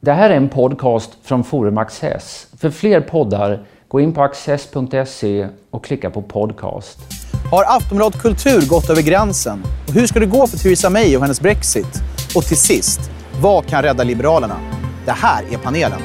Det här är en podcast från Forum Access. För fler poddar, gå in på access.se och klicka på podcast. Har Aftonbladet Kultur gått över gränsen? Och hur ska det gå för Theresa May och hennes Brexit? Och till sist, vad kan rädda Liberalerna? Det här är panelen.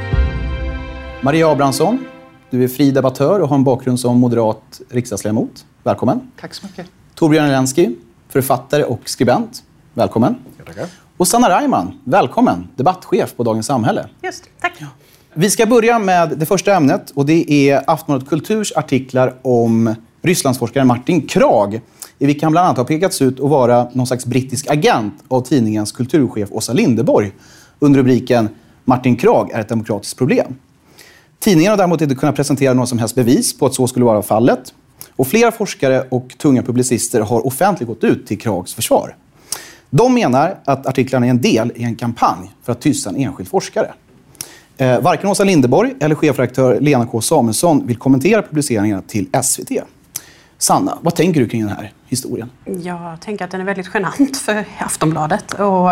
Maria Abrahamsson, du är fri debattör och har en bakgrund som moderat riksdagsledamot. Välkommen. Tack så mycket. Torbjörn Elensky, författare och skribent. Välkommen. Tackar. Och Sanna Reimann, välkommen. Debattchef på Dagens Samhälle. Just, tack. Vi ska börja med det första ämnet och det är Aftonbladet Kulturs artiklar om Rysslandsforskaren Martin Kragh, i vilka han bland annat har pekats ut att vara någon slags brittisk agent av tidningens kulturchef Åsa Linderborg under rubriken Martin Kragh är ett demokratiskt problem. Tidningen har däremot inte kunnat presentera någon som helst bevis på att så skulle vara fallet. Och flera forskare och tunga publicister har offentligt gått ut till Kraghs försvar. De menar att artiklarna är en del i en kampanj för att tysta en enskild forskare. Varken Åsa Linderborg eller chefredaktör Lena K. Samuelsson vill kommentera publiceringarna till SVT. Sanna, vad tänker du kring den här historien? Jag tänker att den är väldigt genant för Aftonbladet. Och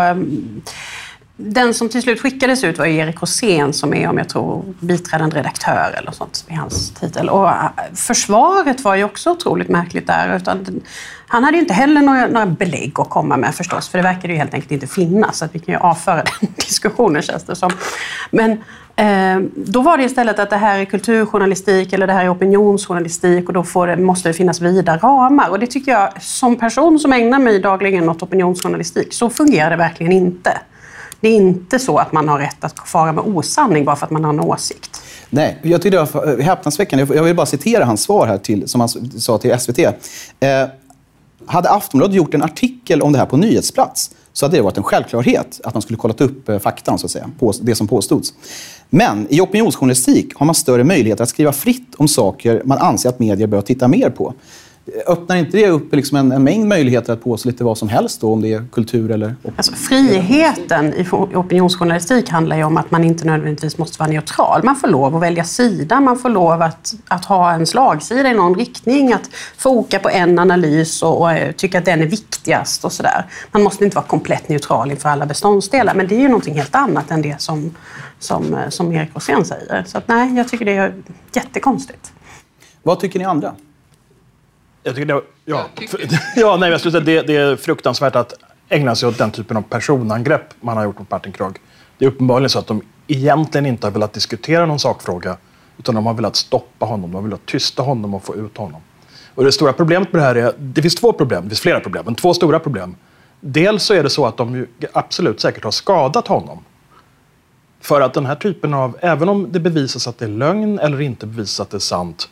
den som till slut skickades ut var Erik Rosén som är, om jag tror, biträdande redaktör eller sånt i hans titel. Och försvaret var ju också otroligt märkligt där. Utan han hade ju inte heller några belägg att komma med förstås. För det verkar ju helt enkelt inte finnas. Så att vi kan ju avföra den diskussionen, känns det som. Men då var det istället att det här är kulturjournalistik eller det här är opinionsjournalistik och då måste det finnas vida ramar. Och det tycker jag, som person som ägnar mig dagligen åt opinionsjournalistik, så fungerar det verkringen inte. Det är inte så att man har rätt att fara med osanning bara för att man har en åsikt. Nej, jag tyckte det var häpnadsväckande. Jag vill bara citera hans svar här som han sa till SVT. Hade Aftonbladet gjort en artikel om det här på Nyhetsplats så hade det varit en självklarhet att man skulle kollat upp faktan, så att säga, på det som påstods. Men i opinionsjournalistik har man större möjligheter att skriva fritt om saker man anser att medier bör titta mer på. Öppnar inte det upp liksom en mängd möjligheter att påstå lite vad som helst då, om det är kultur eller... Alltså, friheten i opinionsjournalistik handlar ju om att man inte nödvändigtvis måste vara neutral. Man får lov att välja sida, man får lov att ha en slagsida i någon riktning, att foka på en analys och tycka att den är viktigast och sådär. Man måste inte vara komplett neutral inför alla beståndsdelar, men det är ju någonting helt annat än det som Erik Rosén säger. Så att, nej, jag tycker det är jättekonstigt. Vad tycker ni andra? Jag tycker jag skulle säga det är fruktansvärt att ägna sig åt den typen av personangrepp man har gjort mot Martin Kragh. Det är uppenbarligen så att de egentligen inte har velat diskutera någon sakfråga, utan de har velat stoppa honom, de har velat tysta honom och få ut honom. Och det stora problemet med det här är, det finns flera problem, men två stora problem. Dels så är det så att de ju absolut säkert har skadat honom. För att den här typen av, även om det bevisas att det är lögn eller inte bevisas att det är sant,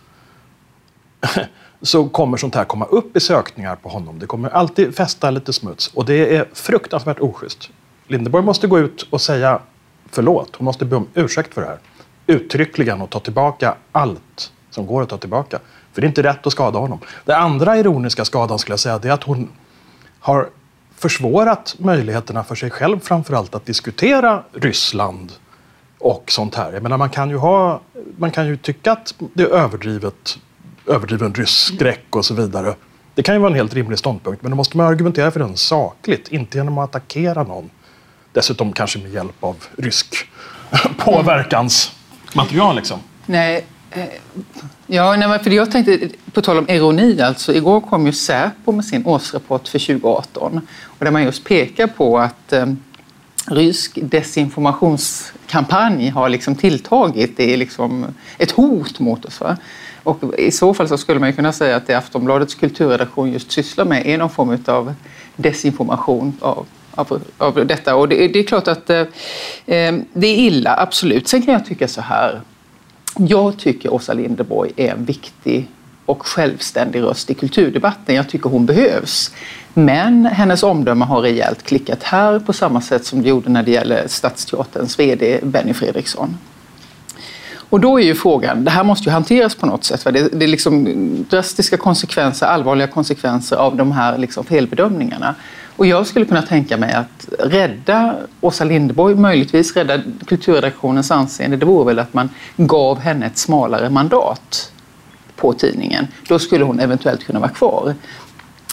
så kommer sånt här komma upp i sökningar på honom. Det kommer alltid fästa lite smuts. Och det är fruktansvärt oschysst. Linderborg måste gå ut och säga förlåt. Hon måste be om ursäkt för det här. Uttryckligen, och ta tillbaka allt som går att ta tillbaka. För det är inte rätt att skada honom. Det andra ironiska skadan skulle jag säga, det är att hon har försvårat möjligheterna för sig själv framförallt att diskutera Ryssland och sånt här. Jag menar, man kan ju tycka att det är överdriven rysk-skräck och så vidare. Det kan ju vara en helt rimlig ståndpunkt, men då måste man argumentera för den sakligt, inte genom att attackera någon. Dessutom kanske med hjälp av rysk påverkansmaterial liksom. Nej, för jag tänkte, på tal om ironi, alltså igår kom ju Säpo med sin årsrapport för 2018 och där man just pekar på att rysk desinformationskampanj har liksom tilltagit. Det är liksom ett hot mot oss, va? Och i så fall så skulle man ju kunna säga att det Aftonbladets kulturredaktion just sysslar med är någon form av desinformation av detta. Och det är klart att det är illa, absolut. Sen kan jag tycka så här. Jag tycker Åsa Linderborg är en viktig och självständig röst i kulturdebatten. Jag tycker hon behövs. Men hennes omdöme har rejält klickat här på samma sätt som det gjorde när det gäller Stadsteaterns vd Benny Fredriksson. Och då är ju frågan, det här måste ju hanteras på något sätt. Det är liksom drastiska konsekvenser, allvarliga konsekvenser av de här liksom felbedömningarna. Och jag skulle kunna tänka mig att rädda Åsa Linderborg, möjligtvis rädda kulturredaktionens anseende, det vore väl att man gav henne ett smalare mandat på tidningen. Då skulle hon eventuellt kunna vara kvar.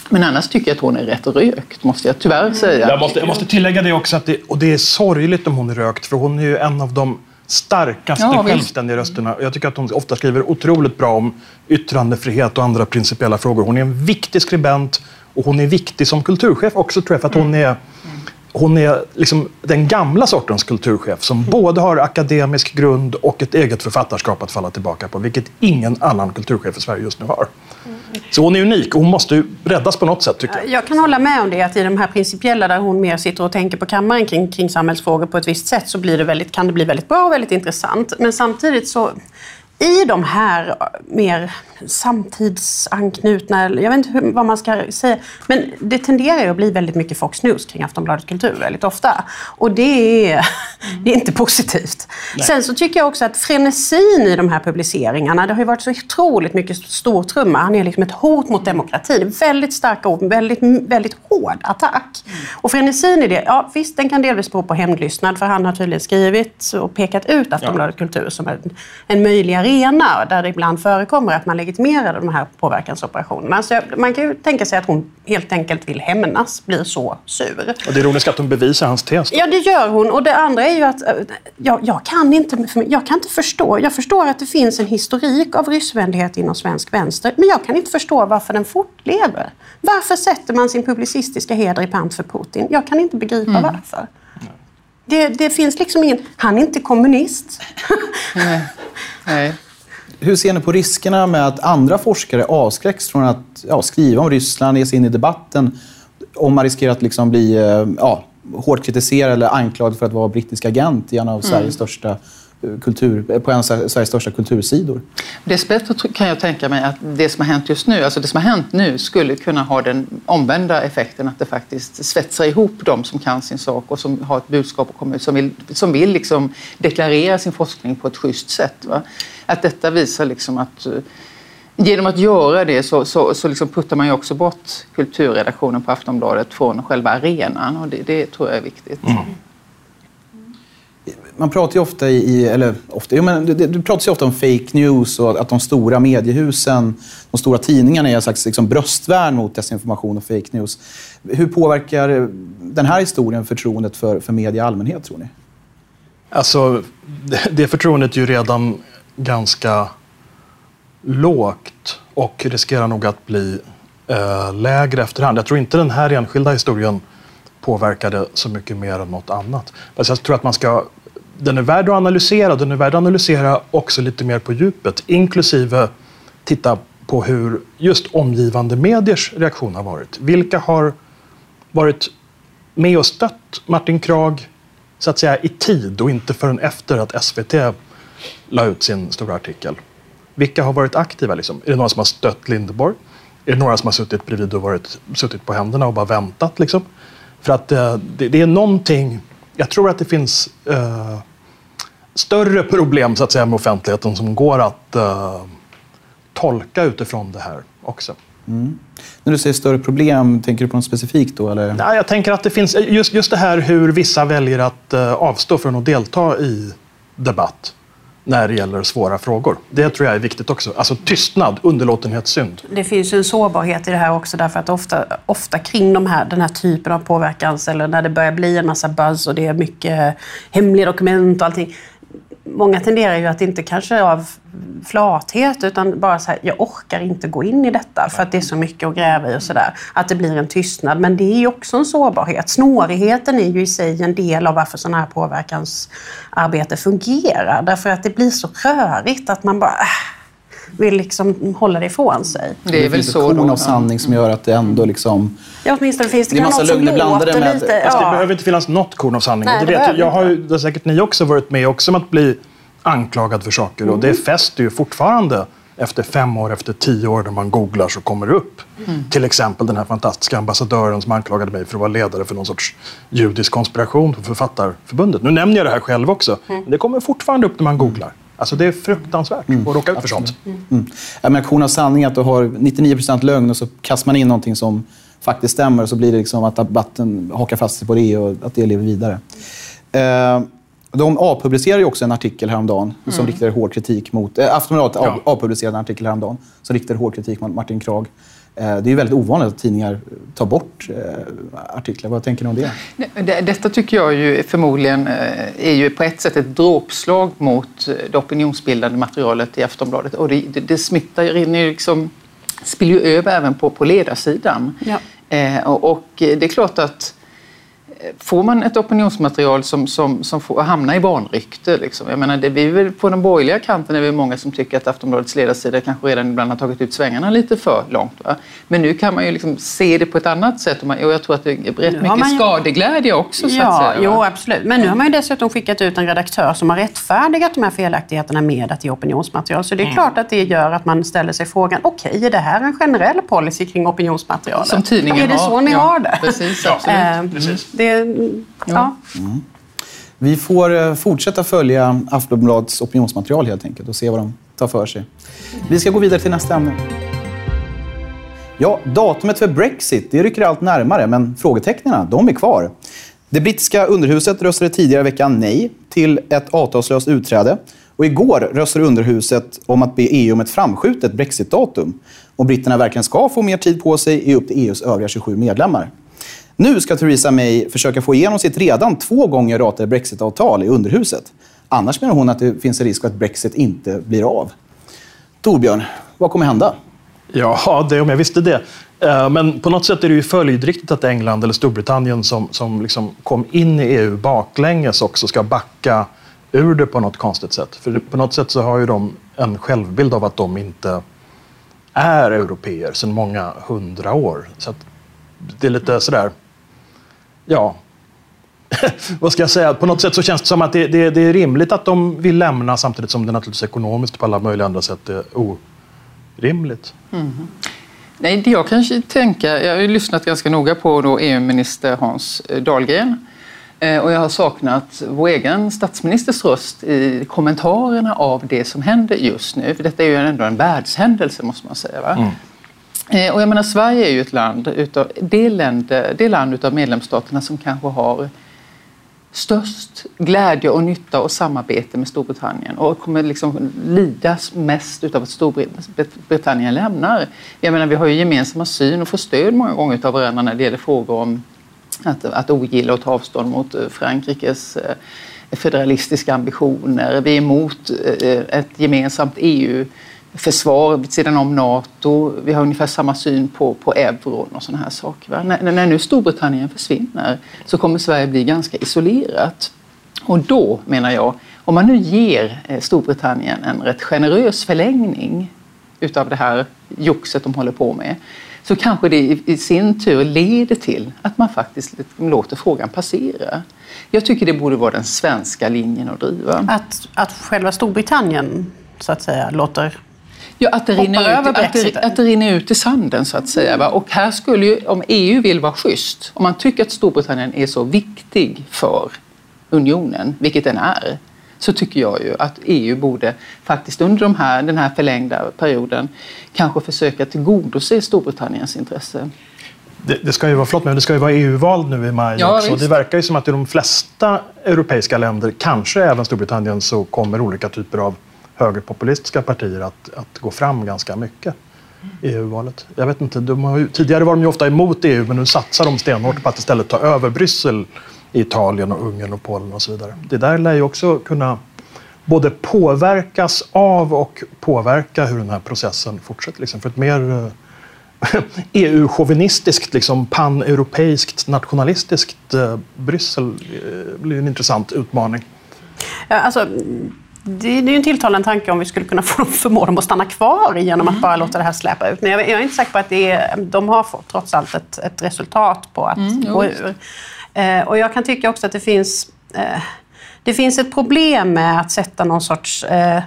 Men annars tycker jag att hon är rätt rökt, måste jag tyvärr säga. Jag måste tillägga det också, att det är sorgligt om hon är rökt, för hon är ju en av de starkaste självständiga rösterna. Jag tycker att hon ofta skriver otroligt bra om yttrandefrihet och andra principiella frågor. Hon är en viktig skribent och hon är viktig som kulturchef också, tror jag, för att hon är liksom den gamla sortens kulturchef som både har akademisk grund och ett eget författarskap att falla tillbaka på, vilket ingen annan kulturchef i Sverige just nu har. Så hon är unik och hon måste ju räddas på något sätt, tycker jag. Jag kan hålla med om det, att i de här principiella där hon mer sitter och tänker på kammaren kring samhällsfrågor på ett visst sätt, så kan det bli väldigt bra och väldigt intressant. Men samtidigt så i de här mer samtidsanknutna, jag vet inte vad man ska säga, men det tenderar ju att bli väldigt mycket Fox News kring Aftonbladet Kultur väldigt ofta. Och det är inte positivt. Nej. Sen så tycker jag också att frenesin i de här publiceringarna, det har ju varit så otroligt mycket stortrumma. Han är liksom ett hot mot demokratin. Väldigt starka ord, väldigt, väldigt hård attack. Och frenesin i det, ja visst, den kan delvis bero på hämndlystnad, för han har tydligen skrivit och pekat ut Aftonbladet Kultur som en möjlig arena där det ibland förekommer att man legitimerar de här påverkansoperationerna. Så man kan ju tänka sig att hon helt enkelt vill hämnas, blir så sur. Och det är roligt att hon bevisar hans tes. Ja, det gör hon. Och det andra är ju att jag kan inte förstå. Jag förstår att det finns en historik av ryssvänlighet inom svensk vänster, men jag kan inte förstå varför den fortlever. Varför sätter man sin publicistiska heder i pant för Putin? Jag kan inte begripa varför. Det finns liksom ingen... Han är inte kommunist. Nej. Hur ser ni på riskerna med att andra forskare avskräcks från att skriva om Ryssland, ge sig in i debatten, om man riskerar att liksom bli hårt kritiserad eller anklagad för att vara brittisk agent i en av Sveriges största Sveriges största kultursidor? Dessbättre kan jag tänka mig att det som har hänt just nu, alltså det som har hänt nu, skulle kunna ha den omvända effekten, att det faktiskt svetsar ihop de som kan sin sak och som har ett budskap och kommer ut, som vill liksom deklarera sin forskning på ett schysst sätt. Va? Att detta visar liksom att genom att göra det så liksom puttar man ju också bort kulturredaktionen på Aftonbladet från själva arenan, och det tror jag är viktigt. Man pratar ju ofta det pratas ju ofta om fake news och att de stora mediehusen, de stora tidningarna är en slags liksom bröstvärn mot desinformation och fake news. Hur påverkar den här historien förtroendet för media i allmänhet, tror ni? Alltså, det förtroendet är ju redan ganska lågt och riskerar nog att bli lägre efterhand. Jag tror inte den här enskilda historien påverkade så mycket mer än något annat. Alltså jag tror att den är värd att analysera också lite mer på djupet, inklusive titta på hur just omgivande mediers reaktion har varit. Vilka har varit med och stött Martin Kragh så att säga i tid och inte förrän efter att SVT la ut sin stora artikel. Vilka har varit aktiva liksom? Är det några som har stött Lindeborg? Är det några som har suttit bredvid och suttit på händerna och bara väntat liksom? För att det är någonting... Jag tror att det finns större problem så att säga med offentligheten som går att tolka utifrån det här också. När du säger större problem, tänker du på något specifikt då? Eller? Nej, jag tänker att det finns just det här hur vissa väljer att avstå från att delta i debatt när det gäller svåra frågor. Det tror jag är viktigt också. Alltså tystnad, underlåtenhetssynd. Det finns ju en sårbarhet i det här också, därför att ofta kring den här typen av påverkans, eller när det börjar bli en massa buzz och det är mycket hemliga dokument och allting. Många tenderar ju att inte kanske av flathet, utan bara så här, jag orkar inte gå in i detta för att det är så mycket att gräva i och sådär. Att det blir en tystnad, men det är ju också en sårbarhet. Snårigheten är ju i sig en del av varför sådana här påverkansarbete fungerar. Därför att det blir så rörigt att man bara vill liksom hålla det ifrån sig. Det är väl så då av sanning som gör att det ändå liksom... Ja, åtminstone finns det något som låter lite. Det behöver inte finnas något korn av sanning. Nej, jag har ju, det har säkert ni också varit med också om att bli anklagad för saker. Och det fäster ju fortfarande efter 5 år, efter 10 år när man googlar så kommer det upp. Till exempel den här fantastiska ambassadören som anklagade mig för att vara ledare för någon sorts judisk konspiration för Författarförbundet. Nu nämner jag det här själv också. Men det kommer fortfarande upp när man googlar. Alltså det är fruktansvärt att råka ut för sånt. Jag menar, korn av sanning att du har 99% lögn och så kastar man in någonting som faktiskt stämmer, och så blir det liksom att debatten hakar fast sig på det och att det lever vidare. De avpublicerade ju också en artikel häromdagen som riktade hård kritik mot... Aftonbladet avpublicerade en artikel häromdagen som riktade hård kritik mot Martin Kragh. Det är ju väldigt ovanligt att tidningar tar bort artiklar. Vad tänker ni om det? Detta tycker jag ju förmodligen är ju på ett sätt ett dråpslag mot det opinionsbildande materialet i Aftonbladet. Och det smittar ju liksom, spiller ju över även på ledarsidan. Ja. Och det är klart att får man ett opinionsmaterial som får hamna i vanrykte, liksom. Jag menar, vi är väl på den borgerliga kanten är det många som tycker att Aftonbladets ledarsida kanske redan ibland har tagit ut svängarna lite för långt. Va? Men nu kan man ju liksom se det på ett annat sätt och jag tror att det är rätt mycket skadeglädje också. Så att säga, jo, absolut. Men nu har man ju dessutom skickat ut en redaktör som har rättfärdigat de här felaktigheterna med att ge opinionsmaterial. Så det är klart att det gör att man ställer sig frågan, okej, är det här en generell policy kring opinionsmaterialet? Som tidningen är det så ni har det? Precis, absolut. Precis. Vi får fortsätta följa Aftonbladets opinionsmaterial helt enkelt och se vad de tar för sig. Vi ska gå vidare till nästa ämne. Ja, datumet för Brexit, det rycker allt närmare, men frågetecknen, de är kvar. Det brittiska underhuset röstade tidigare i veckan nej till ett avtalslöst utträde. Och igår röstade underhuset om att be EU om ett framskjutet Brexit-datum. Och britterna verkligen ska få mer tid på sig är upp till EUs övriga 27 medlemmar. Nu ska Theresa May försöka få igenom sitt redan 2 gånger ratade Brexit-avtal i underhuset. Annars menar hon att det finns en risk att Brexit inte blir av. Torbjörn, vad kommer hända? Ja, det om jag visste det. Men på något sätt är det ju följdriktigt att England eller Storbritannien som liksom kom in i EU baklänges också ska backa ur det på något konstigt sätt. För på något sätt så har ju de en självbild av att de inte är europeer sedan många 100 år. Så att det är lite sådär, ja, vad ska jag säga? På något sätt så känns det som att det är rimligt att de vill lämna samtidigt som det naturligtvis ekonomiskt på alla möjliga andra sätt är orimligt. Mm. Nej, det jag kanske tänker, jag har ju lyssnat ganska noga på då EU-minister Hans Dahlgren och jag har saknat vår egen statsministers röst i kommentarerna av det som händer just nu. För detta är ju ändå en världshändelse måste man säga, va? Mm. Och jag menar, Sverige är ju ett land utav det land utav medlemsstaterna som kanske har störst glädje och nytta och samarbete med Storbritannien och kommer liksom lidas mest utav att Storbritannien lämnar. Jag menar, vi har ju gemensamma syn och får stöd många gånger av varandra när det gäller frågor om att ogilla och ta avstånd mot Frankrikes federalistiska ambitioner. Vi är emot ett gemensamt EU-försvar vid sidan om NATO. Vi har ungefär samma syn på euron och sådana här saker. Va? När nu Storbritannien försvinner så kommer Sverige bli ganska isolerat. Och då menar jag, om man nu ger Storbritannien en rätt generös förlängning utav det här joxet de håller på med, så kanske det i sin tur leder till att man faktiskt låter frågan passera. Jag tycker det borde vara den svenska linjen att driva. Att själva Storbritannien så att säga låter... Ja, att det rinner ut i sanden så att säga. Va? Och här skulle ju, om EU vill vara schysst, om man tycker att Storbritannien är så viktig för unionen, vilket den är, så tycker jag ju att EU borde faktiskt under den här förlängda perioden kanske försöka tillgodose Storbritanniens intresse. Det ska ju vara EU-val nu i maj också. Visst. Det verkar ju som att i de flesta europeiska länder, kanske även Storbritannien, så kommer olika typer av högerpopulistiska partier att gå fram ganska mycket i EU-valet. Jag vet inte, tidigare var de ju ofta emot EU, men nu satsar de stenhårt på att istället ta över Bryssel i Italien och Ungern och Polen och så vidare. Det där lär ju också kunna både påverkas av och påverka hur den här processen fortsätter. Liksom. För ett mer EU-chauvinistiskt, liksom pan-europeiskt, nationalistiskt Bryssel blir en intressant utmaning. Ja, alltså... Det är ju en tilltalande tanke om vi skulle kunna förmå dem att stanna kvar genom att bara låta det här släppa ut. Men jag är inte säker på att de har fått trots allt ett resultat på att gå ur. Och jag kan tycka också att det finns ett problem med att sätta någon sorts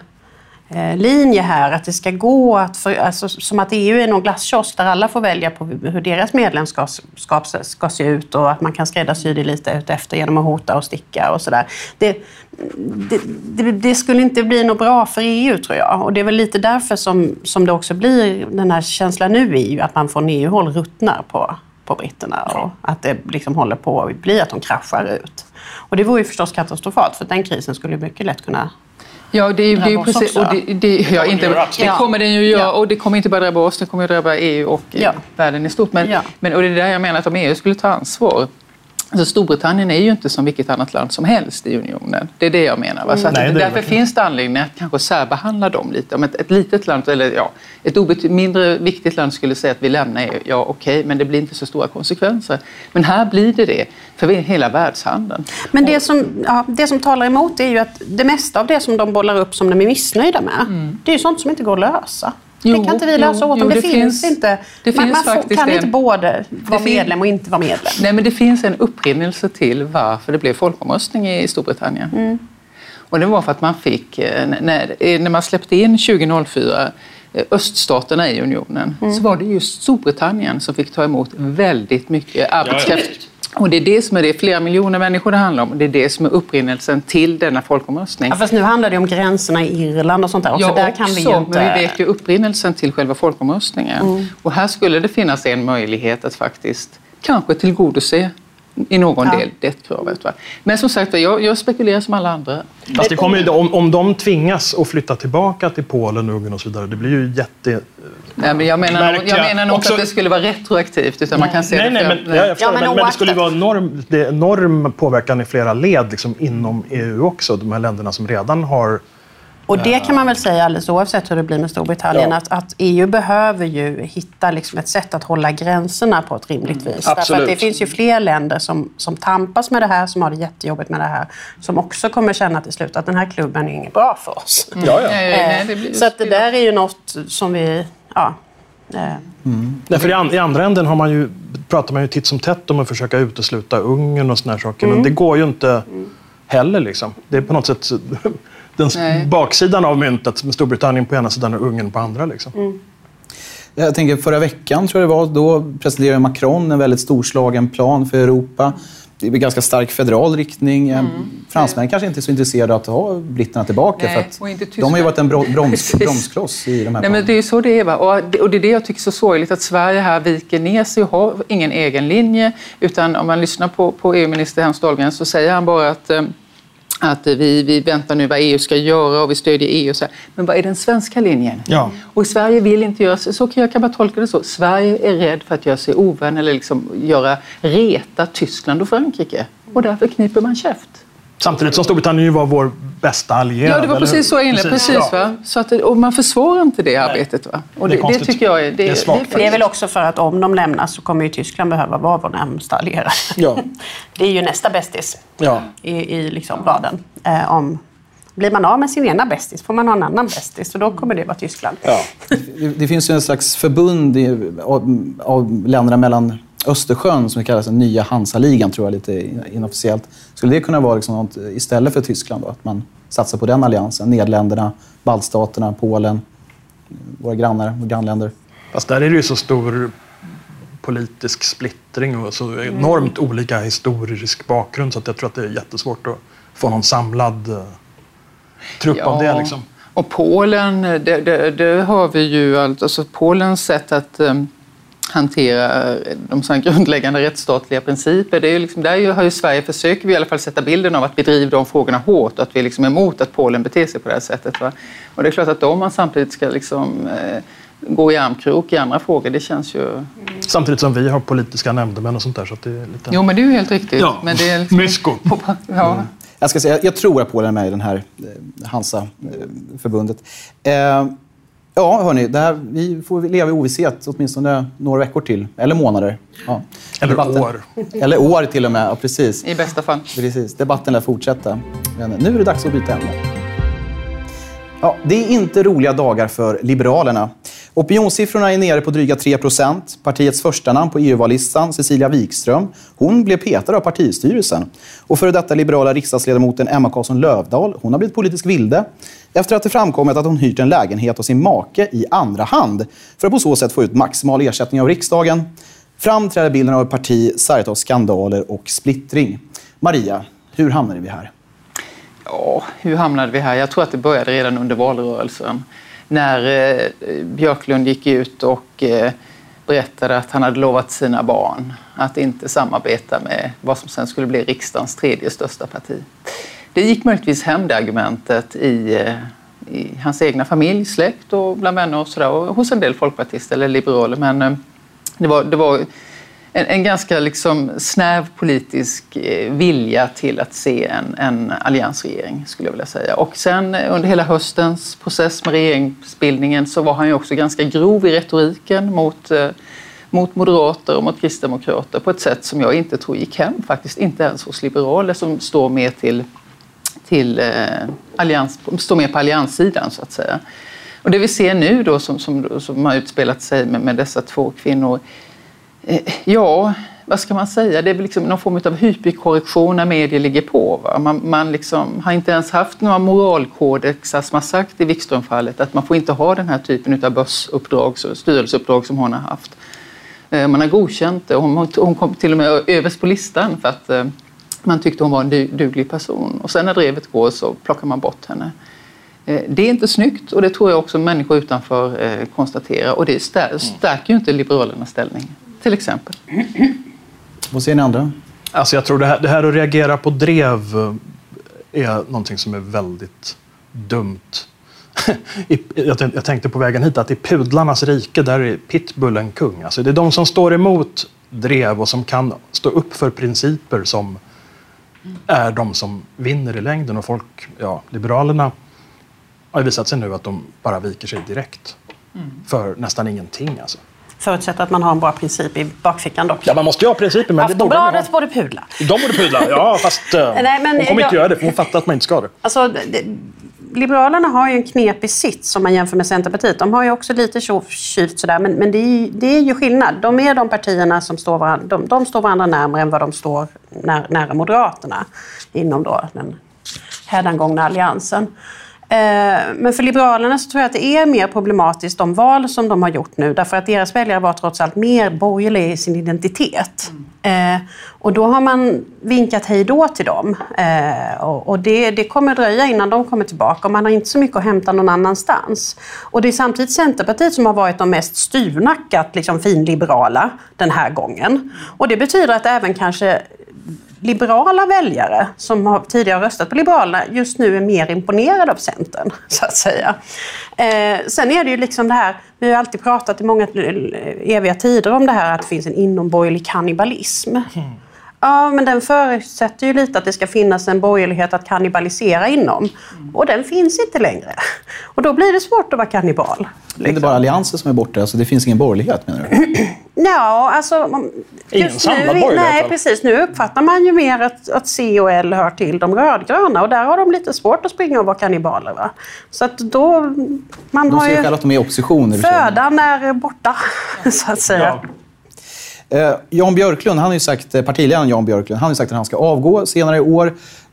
linje här. Att det ska gå alltså, som att EU är någon glasskiosk där alla får välja på hur deras medlemskap ska se ut och att man kan skräddarsy det lite ut efter genom att hota och sticka och sådär. Det skulle inte bli något bra för EU, tror jag. Och det är väl lite därför som det också blir den här känslan nu i att man från EU-håll ruttnar på på britterna och att det liksom håller på att bli att de kraschar ut. Och det vore ju förstås katastrofalt, för den krisen skulle mycket lätt kunna... Ja, det är ju precis. Och det kommer den ju göra. Och det kommer inte bara drabba oss, det kommer att drabba EU och världen i stort. Men och det är där jag menar att om EU skulle ta ansvar. Alltså Storbritannien är ju inte som vilket annat land som helst i unionen. Det är det jag menar. Va? Så att därför finns det anledning att kanske särbehandla dem lite. Om ett litet land, eller ett mindre viktigt land skulle säga att vi lämnar EU, okej, men det blir inte så stora konsekvenser. Men här blir det för hela världshandeln. Men det som talar emot är ju att det mesta av det som de bollar upp som de är missnöjda med, det är ju sånt som inte går att lösa. Det kan inte vi lösa åt dem. Det finns inte. Man kan inte både vara medlem och inte vara medlem. Nej, men det finns en upprinnelse till varför det blev folkomröstning i Storbritannien. Och det var för att man fick, när man släppte in 2004 öststaterna i unionen, så var det just Storbritannien som fick ta emot väldigt mycket arbetskraft. Och det är det som är det, flera miljoner människor det handlar om. Det är det som är upprinnelsen till denna folkomröstning. Ja, fast nu handlar det om gränserna i Irland och sånt där. Ja, där kan vi ju inte... men vi vet ju upprinnelsen till själva folkomröstningen. Och här skulle det finnas en möjlighet att faktiskt kanske tillgodose i någon del det kravet. Va? Men som sagt, jag spekulerar som alla andra. Fast det kommer ju, om de tvingas att flytta tillbaka till Polen, Ungern och så vidare, det blir ju jätte... Nej, men jag menar nog också att det skulle vara retroaktivt. Utan man kan se men det skulle ju vara enorm påverkan i flera led liksom, inom EU också. De här länderna som redan har... Och det kan man väl säga alldeles oavsett hur det blir med Storbritannien, att EU behöver ju hitta liksom ett sätt att hålla gränserna på ett rimligt vis. Därför att det finns ju fler länder som tampas med det här, som har det jättejobbigt med det här, som också kommer känna till slut att den här klubben är inget bra för oss. Så att det där är ju något som vi... Därför i andra änden pratar man ju titt som tätt om att försöka utesluta Ungern och såna här saker, men det går ju inte heller liksom. Det är på något sätt den baksidan av myntet med Storbritannien på ena sidan och Ungern på andra liksom. Jag tänker förra veckan tror jag det var, då presenterade Macron en väldigt storslagen plan för Europa. Det är en ganska stark federal riktning. Fransmännen kanske inte är så intresserade av att ha britterna tillbaka. För att de har ju varit en bromskloss i de här Nej, men det är ju så det är. Va? Och det är det jag tycker är så sorgligt, att Sverige här viker ner sig och har ingen egen linje. Utan om man lyssnar på EU-minister Hans Dahlgren så säger han bara att vi väntar nu vad EU ska göra och vi stödjer EU. Och så här. Men vad är den svenska linjen? Ja. Och Sverige vill inte göra så. Jag kan bara tolka det så. Sverige är rädd för att göra sig ovän eller liksom reta Tyskland och Frankrike. Och därför kniper man käft. Samtidigt som Storbritannien ju var vår bästa allierade. Ja, det var precis så inne. Precis, va? Så att, och man försvarar inte det arbetet. Va? Och det tycker jag är... Det är väl också för att om de lämnar så kommer ju Tyskland behöva vara vår närmsta allierade. Ja. Det är ju nästa bästis i liksom raden. Blir man av med sin ena bästis får man ha en annan bästis. Och då kommer det vara Tyskland. Ja. Det finns ju en slags förbund av länderna mellan Östersjön som kallas den nya Hansa-ligan, tror jag, lite inofficiellt. Skulle det kunna vara liksom något istället för Tyskland då? Att man satsar på den alliansen? Nederländerna, baltstaterna, Polen, våra grannländer. Fast där är det ju så stor politisk splittring och så enormt olika historisk bakgrund, så att jag tror att det är jättesvårt att få någon samlad trupp av det liksom. Och Polen, det har vi ju alltså Polens sätt att hantera de sådana grundläggande rättsstatliga principer. Det är ju liksom, där har ju Sverige försöker vi i alla fall sätta bilden av att vi driver de frågorna hårt och att vi liksom är emot att Polen beter sig på det här sättet. Va? Och det är klart att om man samtidigt ska liksom, gå i armkrok i andra frågor, det känns ju... Samtidigt som vi har politiska nämndemän och sånt där, så att det är lite... Jo, men det är ju helt riktigt. Ja, men det är liksom... mysko. Ja. Jag ska säga, jag tror att Polen är med i den här Hansa-förbundet. Ja, hörni, vi får leva i ovisshet åtminstone några veckor till. Eller månader. Ja. Eller år. Eller år till och med, ja, precis. I bästa fall. Precis, debatten lär fortsätta. Men nu är det dags att byta ämne. Ja, det är inte roliga dagar för Liberalerna. Opinionssiffrorna är nere på dryga 3%. Partiets första namn på EU-vallistan, Cecilia Wikström, hon blev petad av partistyrelsen. Och för detta liberala riksdagsledamoten Emma Karlsson Lövdahl, hon har blivit politisk vilde efter att det framkommit att hon hyrt en lägenhet av sin make i andra hand för att på så sätt få ut maximal ersättning av riksdagen. Framträder bilden av ett parti sargat av skandaler och splittring. Maria, hur hamnade vi här? Ja, hur hamnade vi här? Jag tror att det började redan under valrörelsen. När Björklund gick ut och berättade att han hade lovat sina barn att inte samarbeta med vad som sen skulle bli riksdagens tredje största parti. Det gick möjligtvis hem det argumentet i hans egna familj, släkt och bland vänner och sådär, och hos en del folkpartister eller liberaler. Men det var en ganska liksom snäv politisk vilja till att se en alliansregering, skulle jag vilja säga. Och sen under hela höstens process med regeringsbildningen så var han ju också ganska grov i retoriken mot moderater och mot kristdemokrater på ett sätt som jag inte tror gick hem, faktiskt inte ens hos liberaler som står mer står mer på allianssidan, så att säga. Och det vi ser nu då som har utspelat sig med dessa två kvinnor, ja, vad ska man säga? Det är väl liksom någon form av hyperkorrektion när medier ligger på. Va? Man liksom har inte ens haft några moralkodexar som har sagt i Wikström-fallet att man får inte ha den här typen av börsuppdrag, styrelseuppdrag som hon har haft. Man har godkänt det. Hon kom till och med överst på listan för att man tyckte hon var en duglig person. Och sen när drevet går så plockar man bort henne. Det är inte snyggt, och det tror jag också människor utanför konstaterar. Och det stärker ju inte liberalernas ställning, till exempel. Vad säger ni andra? Alltså jag tror det här att reagera på drev är någonting som är väldigt dumt. Jag tänkte på vägen hit att i pudlarnas rike där är pitbullen kung. Alltså det är de som står emot drev och som kan stå upp för principer som är de som vinner i längden. Och liberalerna har visat sig nu att de bara viker sig direkt för nästan ingenting. Alltså. Förutsätter att man har en bra princip i bakfickan dock. Ja, man måste ju ha principer. Men Aftonbladet borde pudla. De borde pudla, ja, fast hon kommer inte göra det för hon fattar att man inte ska det. Alltså, Liberalerna har ju en knepig sits som man jämför med Centerpartiet. De har ju också lite tjuvkylt sådär, men det är ju skillnad. De är de partierna som står varandra, de står varandra närmare än vad de står nära Moderaterna inom då den hädangångna alliansen. Men för Liberalerna så tror jag att det är mer problematiskt de val som de har gjort nu. Därför att deras väljare var trots allt mer borgerliga i sin identitet. Och då har man vinkat hej då till dem. Och det kommer dröja innan de kommer tillbaka. Och man har inte så mycket att hämta någon annanstans. Och det är samtidigt Centerpartiet som har varit de mest styvnackat liksom finliberala den här gången. Och det betyder att även kanske liberala väljare som har tidigare röstat på Liberalerna just nu är mer imponerade av Centern, så att säga. Sen är det ju liksom det här, vi har alltid pratat i många eviga tider om det här att det finns en inomborgerlig kannibalism. Ja, men den förutsätter ju lite att det ska finnas en borgerlighet att kannibalisera inom. Och den finns inte längre. Och då blir det svårt att vara kannibal. Liksom. Det är inte bara alliansen som är borta, alltså det finns ingen borgerlighet, menar du? Ja, alltså... Ingen samlad borgerlighet? Nej, precis. Nu uppfattar man ju mer att C och L hör till de rödgröna. Och där har de lite svårt att springa och vara kannibaler, va? Så att då... Man de har ser ju att de är i opposition. Födan är borta, så att säga. Ja. Jan Björklund, partiledaren Jan Björklund, han har ju sagt att han ska avgå senare i år.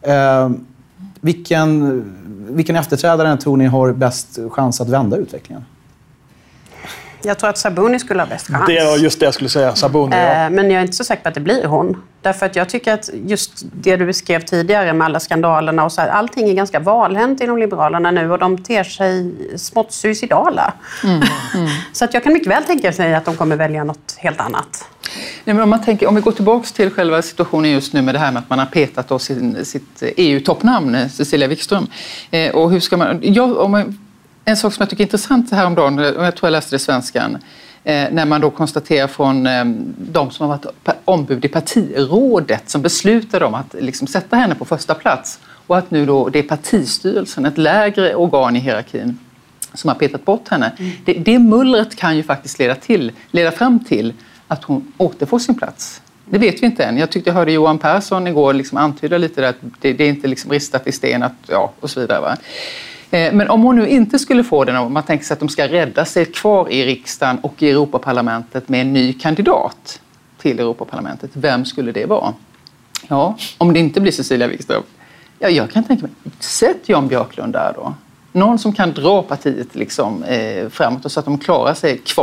Vilken efterträdare tror ni har bäst chans att vända utvecklingen? Jag tror att Sabuni skulle ha bäst chans. Det är just det jag skulle säga, Sabuni. Ja. Men jag är inte så säker på att det blir hon. Därför att jag tycker att just det du beskrev tidigare med alla skandalerna och så här, allting är ganska valhänt inom Liberalerna nu och de ter sig smått suicidala. Så att jag kan mycket väl tänka sig att de kommer välja något helt annat. Nej, men om vi går tillbaka till själva situationen just nu med det här med att man har petat då sitt EU-toppnamn, Cecilia Wikström. Och hur ska man... En sak som jag tycker är intressant häromdagen, och jag tror jag läste det i Svenskan, när man då konstaterar från de som har varit ombud i partirådet som beslutade om att liksom sätta henne på första plats och att nu då det är partistyrelsen, ett lägre organ i hierarkin, som har petat bort henne. Det mullret kan ju faktiskt leda fram till att hon återfår sin plats. Det vet vi inte än. Jag tyckte jag hörde Johan Persson igår liksom antyda lite där att det är inte liksom ristat i sten att, ja, och så vidare, va? Men om hon nu inte skulle få den, om man tänker sig att de ska rädda sig kvar i riksdagen och i Europaparlamentet med en ny kandidat till Europaparlamentet, vem skulle det vara? Ja, om det inte blir Cecilia Wikström, ja, jag kan tänka mig, sätt Jan Björklund där då. Någon som kan dra partiet liksom, framåt och så att de klarar sig kvar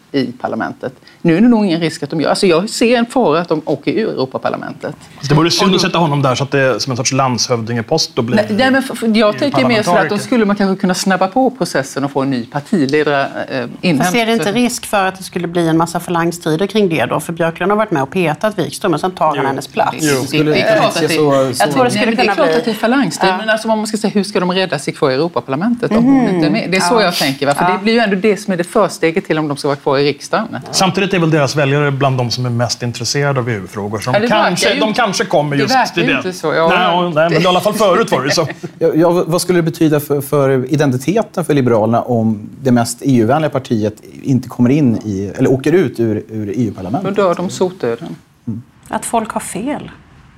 i parlamentet. Nu är det nog ingen risk att de gör. Alltså jag ser en fara att de åker ur Europaparlamentet. Det vore synd att sätta honom där så att det är som en sorts landshövdingepost och blir. Nej, men jag tänker mer så att då skulle man kanske kunna snabba på processen och få en ny partiledare inhämtad. Ser det inte risk för att det skulle bli en massa förlangstrider kring det då? För Björklund har varit med och petat Wikström och sen tar han hennes plats. Det är klart att jag tror det skulle kunna bli... att det är förlangstrid, men alltså man ska säga hur ska de rädda sig kvar i Europaparlamentet om hon inte är med? Det är så jag tänker, för det blir ju ändå det som är det försteget till om de ska vara kvar i riksdagen. Samtidigt är väl deras väljare bland de som är mest intresserade av EU-frågor. Så de kanske kommer just till det. Inte så. Nej, men i alla fall förut var det så. Vad skulle det betyda för identiteten för Liberalerna om det mest EU-vänliga partiet inte kommer in i, eller åker ut ur EU-parlamentet? Då dör de sotdöden. Att folk har fel.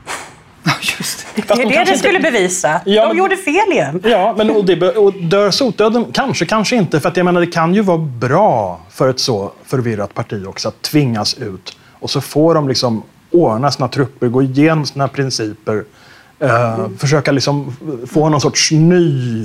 Just det är det skulle bevisa. Ja, de gjorde fel igen. Ja, men och dör sotdöden? Kanske inte. För att jag menar, det kan ju vara bra för ett så förvirrat parti också att tvingas ut. Och så får de liksom ordna sina trupper, gå igenom sina principer. Försöka liksom få någon sorts nytt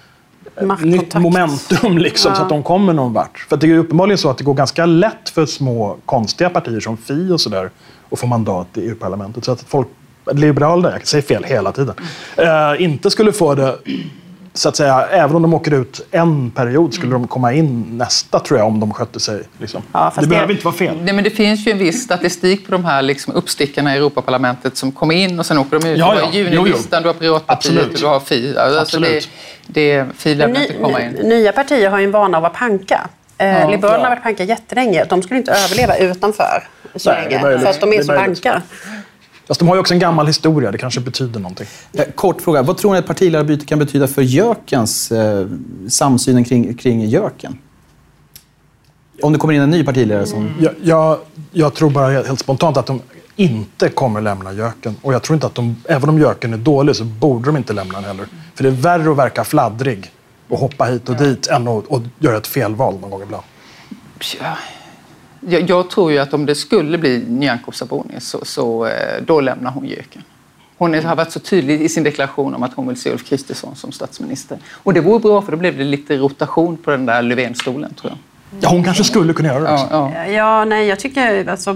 momentum liksom, så att de kommer någon vart. För det är ju uppenbarligen så att det går ganska lätt för små konstiga partier som Fi och sådär att få mandat i EU-parlamentet. Så att folk, liberaler, jag säger fel hela tiden, inte skulle få det, så att säga, även om de åker ut en period skulle de komma in nästa, tror jag, om de skötte sig. Liksom. Ja, det behöver inte vara fel. Nej, men det finns ju en visk statistik på de här liksom uppstickarna i Europaparlamentet som kommer in och sen åker de ut. Ja, du har Junilistan, du har Piratpartiet och du har Fi. Alltså Fi lämnar inte komma in. Nya partier har ju en vana av att panka. Liberalerna har varit panka jättelänge. De skulle inte överleva utanför så länge. För att de är så panka. Fast de har ju också en gammal historia, det kanske betyder någonting. Kort fråga, vad tror ni att partiledarbyte kan betyda för Jökens samsynen kring Jöken? Om det kommer in en ny partiledare som... Jag tror bara helt spontant att de inte kommer lämna Jöken. Och jag tror inte att även om Jöken är dålig så borde de inte lämna den heller. För det är värre att verka fladdrig och hoppa hit och dit än att göra ett felval någon gång ibland. Ja. Jag tror ju att om det skulle bli Nyamko Sabuni så då lämnar hon Jöken. Hon har varit så tydlig i sin deklaration om att hon vill se Ulf Kristersson som statsminister. Och det vore bra, för då blev det lite rotation på den där Löfven-stolen, tror jag. Ja, hon kanske skulle kunna göra det också. Jag tycker alltså...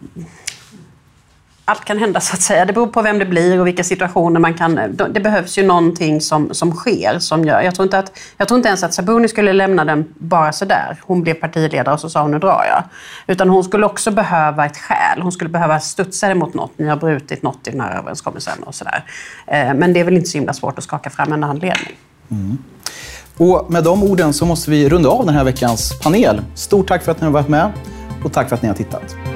Allt kan hända, så att säga. Det beror på vem det blir och vilka situationer man kan... Det behövs ju någonting som sker. Som gör. Jag tror inte ens att Sabuni skulle lämna den bara så där. Hon blev partiledare och så sa hon, nu drar jag. Utan hon skulle också behöva ett skäl. Hon skulle behöva studsa emot något. Ni har brutit något i den här överenskommelsen och sådär. Men det är väl inte så himla svårt att skaka fram en anledning. Mm. Och med de orden så måste vi runda av den här veckans panel. Stort tack för att ni har varit med och tack för att ni har tittat.